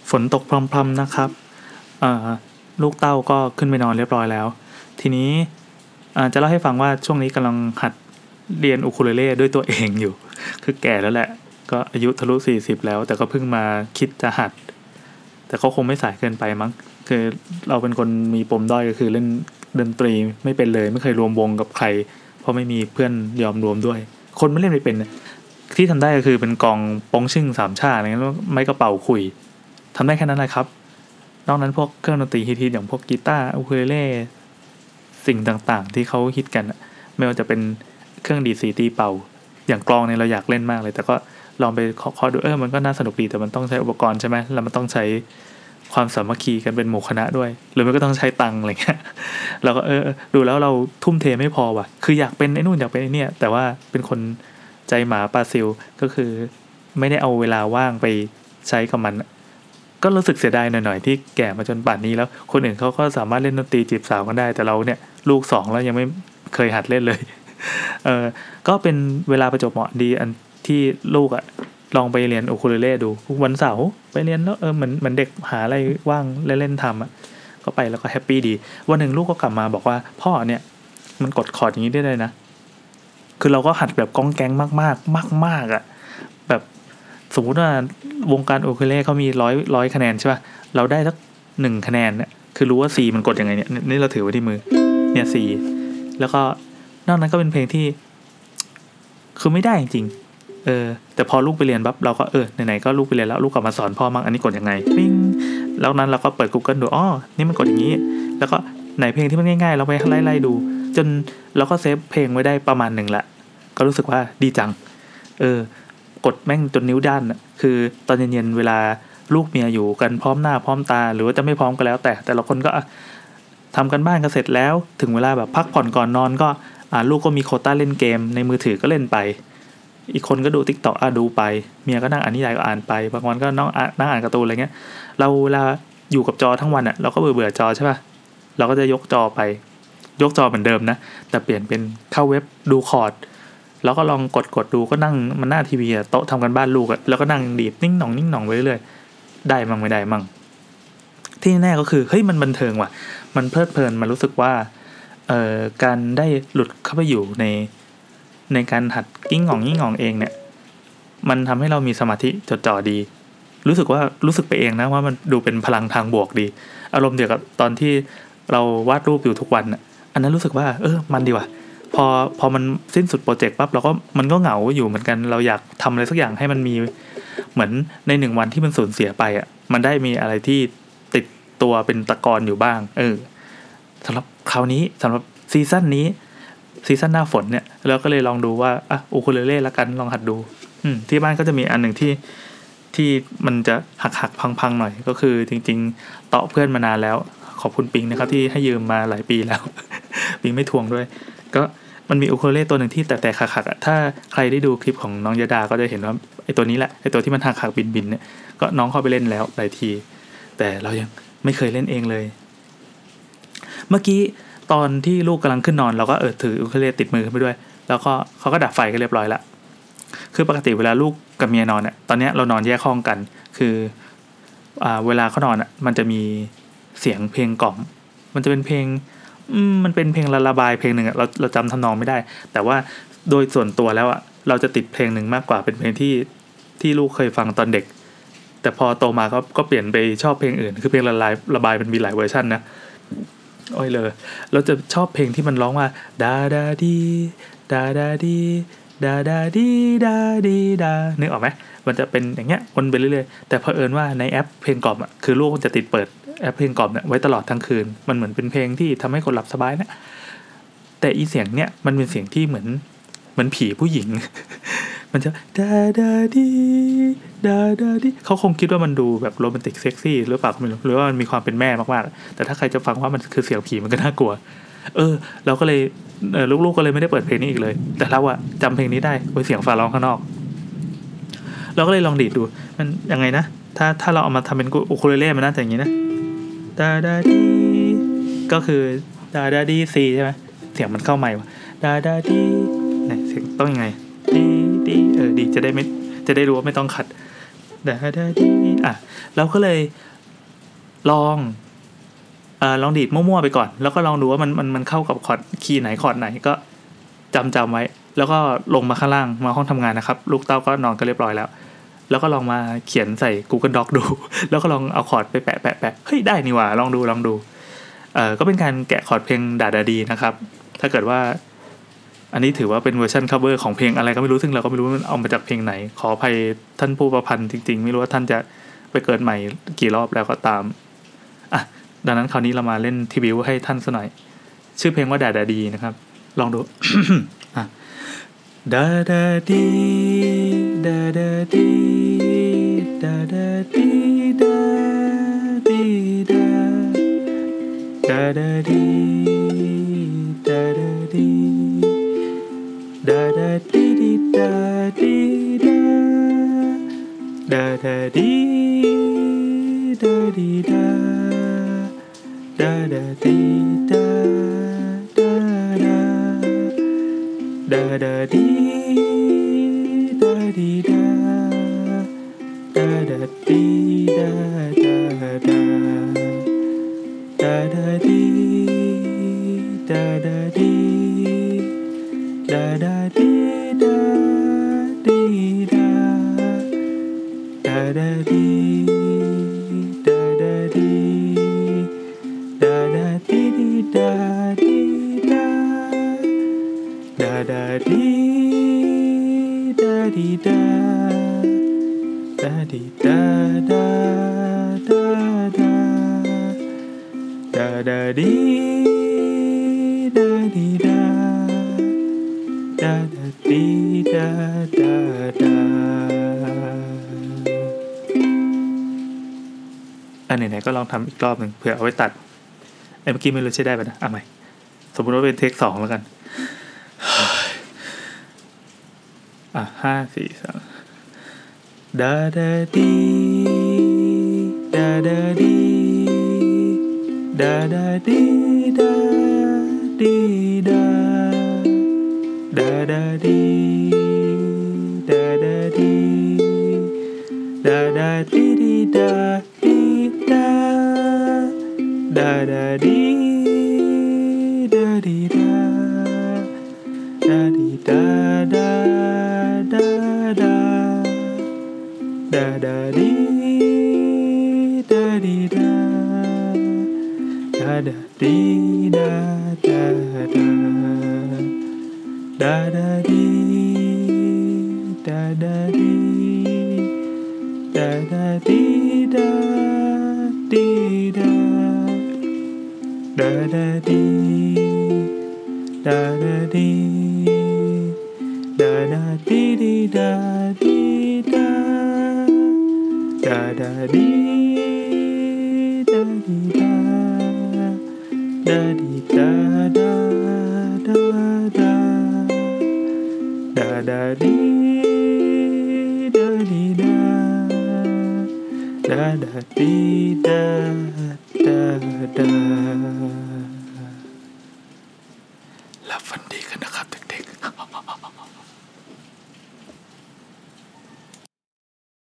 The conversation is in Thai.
ฝนตกพรำๆนะครับอ่าลูกเต้าก็ขึ้นไปนอนเรียบร้อยแล้วทีนี้จะเล่าให้ฟังว่าช่วงนี้กำลังหัดเรียนอูคูเลเล่ด้วยตัวเองอยู่คือแก่แล้วแหละก็อายุทะลุ40แล้วแต่ก็เพิ่งมาคิดจะหัดแต่ก็คงไม่สายเกินไปมั้งคือเราเป็นคนมีปมด้อยก็คือเล่นดนตรีไม่เป็นเลยไม่เคยรวมวงกับใครเพราะไม่มีเพื่อนยอมรวมด้วยคนไม่เล่นไม่เป็นที่ทำได้ก็คือเป็นกองปงชึ่งสามชาอะไรเงี้ยไม้กระเป๋าคุยทำได้แค่นั้นแหละครับนอกนั้นพวกเครื่องดนตรีฮิตๆอย่างพวกกีตาร์อูคูเลเล่สิ่งต่างๆที่เขาฮิตกันไม่ว่าจะเป็นเครื่องดีดสีตีเป่าอย่างกลองเนี่ยเราอยากเล่นมากเลยแต่ก็ลองไปเคาะดูมันก็น่าสนุกดีแต่มันต้องใช้อุปกรณ์ใช่ไหมแล้วมันต้องใช้ความสามัคคีกันเป็นหมู่คณะด้วยหรือมันก็ต้องใช้ตังค์อะไรเงี้ยเราก็ดูแล้วเราทุ่มเทไม่พอว่ะคืออยากเป็นไอ้นู่นอยากเป็นไอ้นี่แต่ว่าเป็นคนใจหมาปลาซิลก็คือไม่ได้เอาเวลาว่างไปใช้กับมันก็รู้สึกเสียดายหน่อยๆที่แก่มาจนป่านนี้แล้วคนอื่นเขาก็สามารถเล่นดนตรีจีบสาวกันได้แต่เราเนี่ยลูก2แล้วยังไม่เคยหัดเล่นเลยก็เป็นเวลาประจวบเหมาะดีอันที่ลูกลองไปเรียนอูคูเลเล่ดูวันเสาร์ไปเรียนแล้วเหมือนเด็กหาอะไรว่างเล่นๆทำก็ไปแล้วก็แฮปปี้ดีวันหนึ่งลูกก็กลับมาบอกว่าพ่อเนี่ยมันกดคอร์ดอย่างนี้ได้เลยนะคือเราก็หัดแบบก้องแก๊งมากๆมากๆแบบสมมุติว่าวงการอูคูเลเล่เขามี100คะแนนใช่ป่ะเราได้สัก1คะแนนเนี่ยคือรู้ว่า C มันกดยังไงเนี่ยนี่เราถือไว้ที่มือเนี่ย C แล้วก็นอกนั้นก็เป็นเพลงที่คือไม่ได้จริงแต่พอลูกไปเรียนปั๊บเราก็ไหนๆก็ลูกไปเรียนแล้วลูกกลับมาสอนพ่อมั่งอันนี้กดยังไงปิ้งแล้วนั้นเราก็เปิด Google ดูนี่มันกดอย่างนี้แล้วก็ไหนเพลงที่มันง่ายๆเราไปไล่ดูจนเราก็เซฟเพลงไว้ได้ประมาณนึงละก็รู้สึกว่าดีจังกดแม่งจนนิ้วด้านคือตอนเย็นๆเวลาลูกเมียอยู่กันพร้อมหน้าพร้อมตาหรือว่าจะไม่พร้อมก็แล้วแต่ละคนก็ทำกันบ้านกันเสร็จแล้วถึงเวลาแบบพักผ่อนก่อนนอนก็ลูกก็มีโควต้าเล่นเกมในมือถือก็เล่นไปอีกคนก็ดู TikTok ดูไปเมียก็นั่งอ่านนิยายก็อ่านไปบางวันก็นั่งอ่านการ์ตูนอะไรเงี้ยเราเวลาอยู่กับจอทั้งวันเราก็เบื่อจอใช่ป่ะเราก็จะยกจอเหมือนเดิมนะแต่เปลี่ยนเป็นเข้าเว็บดูคอร์ดแล้วก็ลองกดดูก็นั่งมันหน้าทีวีโต๊ะทำกันบ้านลูกแล้วก็นั่งดีดนิ่งหน่องไปเรื่อยได้มั่งไม่ได้มั่งที่แน่ก็คือเฮ้ยมันบันเทิงว่ะมันเพลิดเพลินมันรู้สึกว่าการได้หลุดเข้าไปอยู่ในการหัดกิ้งหง่องเองเนี่ยมันทำให้เรามีสมาธิจดจ่อดีรู้สึกไปเองนะว่ามันดูเป็นพลังทางบวกดีอารมณ์เดียวกับตอนที่เราวาดรูปอยู่ทุกวันอันนั้นรู้สึกว่ามันดีว่ะพอมันสิ้นสุดโปรเจกต์ปั๊บเราก็มันก็เหงาอยู่เหมือนกันเราอยากทำอะไรสักอย่างให้มันมีเหมือนใน1วันที่มันสูญเสียไปมันได้มีอะไรที่ติดตัวเป็นตะกอนอยู่บ้างสำหรับคราวนี้สำหรับซีซั่นหน้าฝนเนี่ยเราก็เลยลองดูว่าอูคูเลเล่ละกันลองหัดดูที่บ้านก็จะมีอันหนึ่งที่มันจะหักพังหน่อยก็คือจริงๆเตาะเพื่อนมานานแล้วขอบคุณปิงนะครับที่ให้ยืมมาหลายปีแล้ว ปิงไม่ทวงด้วยก็มันมีอูคูเลเล่ตัวหนึ่งที่แต่หักถ้าใครได้ดูคลิปของน้องยดาก็จะเห็นว่าไอ้ตัวนี้แหละไอ้ตัวที่มันหักบินเนี่ยก็น้องเข้าไปเล่นแล้วหลายทีแต่เรายังไม่เคยเล่นเองเลยเมื่อกี้ตอนที่ลูกกำลังขึ้นนอนเราก็ถืออูคูเลเล่ติดมือขึ้นไปด้วยแล้วก็เขาก็ดับไฟกันเรียบร้อยละคือปกติเวลาลูกกับเมียนอนตอนนี้เรานอนแยกห้องกันคือเวลาเขานอนมันจะมีเสียงเพลงกล่อมมันจะเป็นเพลงมันเป็นเพลงระบายเพลงหนึ่งเราจำทำนองไม่ได้แต่ว่าโดยส่วนตัวแล้วเราจะติดเพลงหนึ่งมากกว่าเป็นเพลงที่ลูกเคยฟังตอนเด็กแต่พอโตมาก็เปลี่ยนไปชอบเพลงอื่นคือเพลงระบายมันมีหลายเวอร์ชันนะเลยเราจะชอบเพลงที่มันร้องว่าดาดาดีดาดาดีดาดาดีดาดีดานึกออกไหมมันจะเป็นอย่างเงี้ยวนไปเรื่อยๆแต่เผอิญว่าในแอปเพลงกล่อมคือลูกจะติดเปิดแอปเพลงกล่อมไว้ตลอดทั้งคืนมันเหมือนเป็นเพลงที่ทำให้คนหลับสบายนะแต่อีเสียงเนี้ยมันเป็นเสียงที่เหมือนผีผู้หญิง มันจะดาดาดีดาดาดีเขาคงคิดว่ามันดูแบบโรแมนติกเซ็กซี่หรือเปล่าไม่รู้หรือว่ามันมีความเป็นแม่มากๆแต่ถ้าใครจะฟังว่ามันคือเสียงผีมันก็น่ากลัวเราก็เลยลูกๆก็เลยไม่ได้เปิดเพลงนี้อีกเลยแต่เราจำเพลงนี้ได้เสียงฟ้าร้องข้างนอกเราก็เลยลองดีดดูมันยังไงนะถ้าเราเอามาทำเป็นอูคูเลเล่มันน่าจะอย่างนี้นะดาดาดีก็คือดาดาดีซีใช่ไหมเสียงมันเข้าใหม่ว่ะดาดาดีไหนเสียงต้องยังไงดีดีดีจะได้รู้ว่าไม่ต้องขัดดาดาดีเราก็เลยลองดีดมั่วๆไปก่อนแล้วก็ลองดูว่ามันเข้ากับคอร์ดคีย์ไหนคอร์ดไหนก็จำไว้แล้วก็ลงมาข้างล่างมาห้องทำงานนะครับลูกเต้าก็นอนกันเรียบร้อยแล้วก็ลองมาเขียนใส่ Google Doc ดูแล้วก็ลองเอาคอร์ดไปแปะเฮ้ยได้นี่หว่าลองดูก็เป็นการแกะคอร์ดเพลงดาดาดีนะครับถ้าเกิดว่าอันนี้ถือว่าเป็นเวอร์ชันคัฟเวอร์ของเพลงอะไรก็ไม่รู้ซึ่งเราก็ไม่รู้มันเอามาจากเพลงไหนขออภัยท่านผู้ประพันธ์จริงๆไม่รู้ว่าท่านจะไปเกิดใหม่กี่รอบแล้วก็ตามดังนั้นคราวนี้เรามาเล่นทริบิวต์ให้ท่านซะหน่อยชื่อเพลงว่าดาดาดีนะครับลองดู ดาดาดีดาดาดีดาดาดีดาดีดาดาดาดีดาดาดีดาดาดีดีดาดีดาดาดาดีดาดีดาดาดาดีดาดาดาดาดาดีดาดีดาดาดาดีดาดาดาดาดาดีดาดาดีดาดาดีดาดีดาดาดาดีดาดาดีดาดาดีดีดาดีดาดาดาดีดาดีดาดาดีดาดาดาดาดาดาดีดาดีดาดาดาดีดาดาดาไหนๆก็ลองทำอีกรอบหนึ่งเผื่อเอาไว้ตัดเมื่อกี้ไม่รู้ใช้ได้ป่ะนะใหม่สมมติว่าเป็นเทค2แล้วกัน5 4 3ดาดาดีดาดาดีดาดาดีดาดีดาดาดาดีดาดาดีดาดาดีดีดาดีดาดาดาดีดาดีดาดาดีดาดาดาดาดาดาดีดาดีดาดาดาดีดาดาดาดาดาดีดาดาดีดาดาดีดาดีดาดาดาดีดาดาดีดาดาดีดีดาดีดาดาดาดีดาดีดาดาดีดาดาดาดาดาดาดีดาดีดาดาดาดีดาดาดา